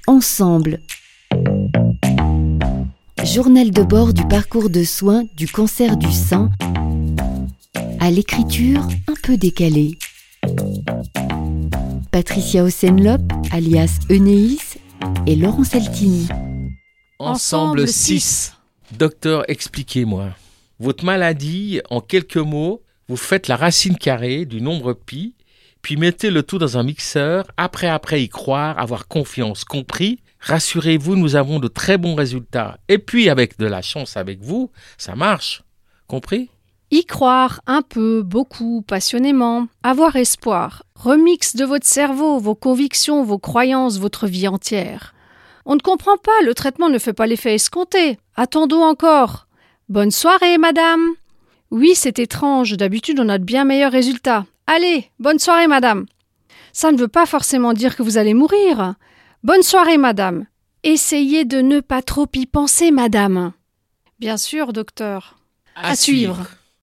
Ensemble. Journal de bord du parcours de soins du cancer du sein, à l'écriture un peu décalée. Patricia Osenlop, alias Enéis, et Laurent Saltini. Ensemble 6. Docteur, expliquez-moi. Votre maladie, en quelques mots, vous faites la racine carrée du nombre pi, puis mettez le tout dans un mixeur, après y croire, avoir confiance, compris. Rassurez-vous, nous avons de très bons résultats. Et puis, avec de la chance avec vous, ça marche. Compris ? Y croire un peu, beaucoup, passionnément, avoir espoir. Remix de votre cerveau, vos convictions, vos croyances, votre vie entière. On ne comprend pas, le traitement ne fait pas l'effet escompté. Attendons encore. Bonne soirée, madame. Oui, c'est étrange, d'habitude on a de bien meilleurs résultats. Allez, bonne soirée, madame. Ça ne veut pas forcément dire que vous allez mourir. Bonne soirée, madame. Essayez de ne pas trop y penser, madame. Bien sûr, docteur. À suivre.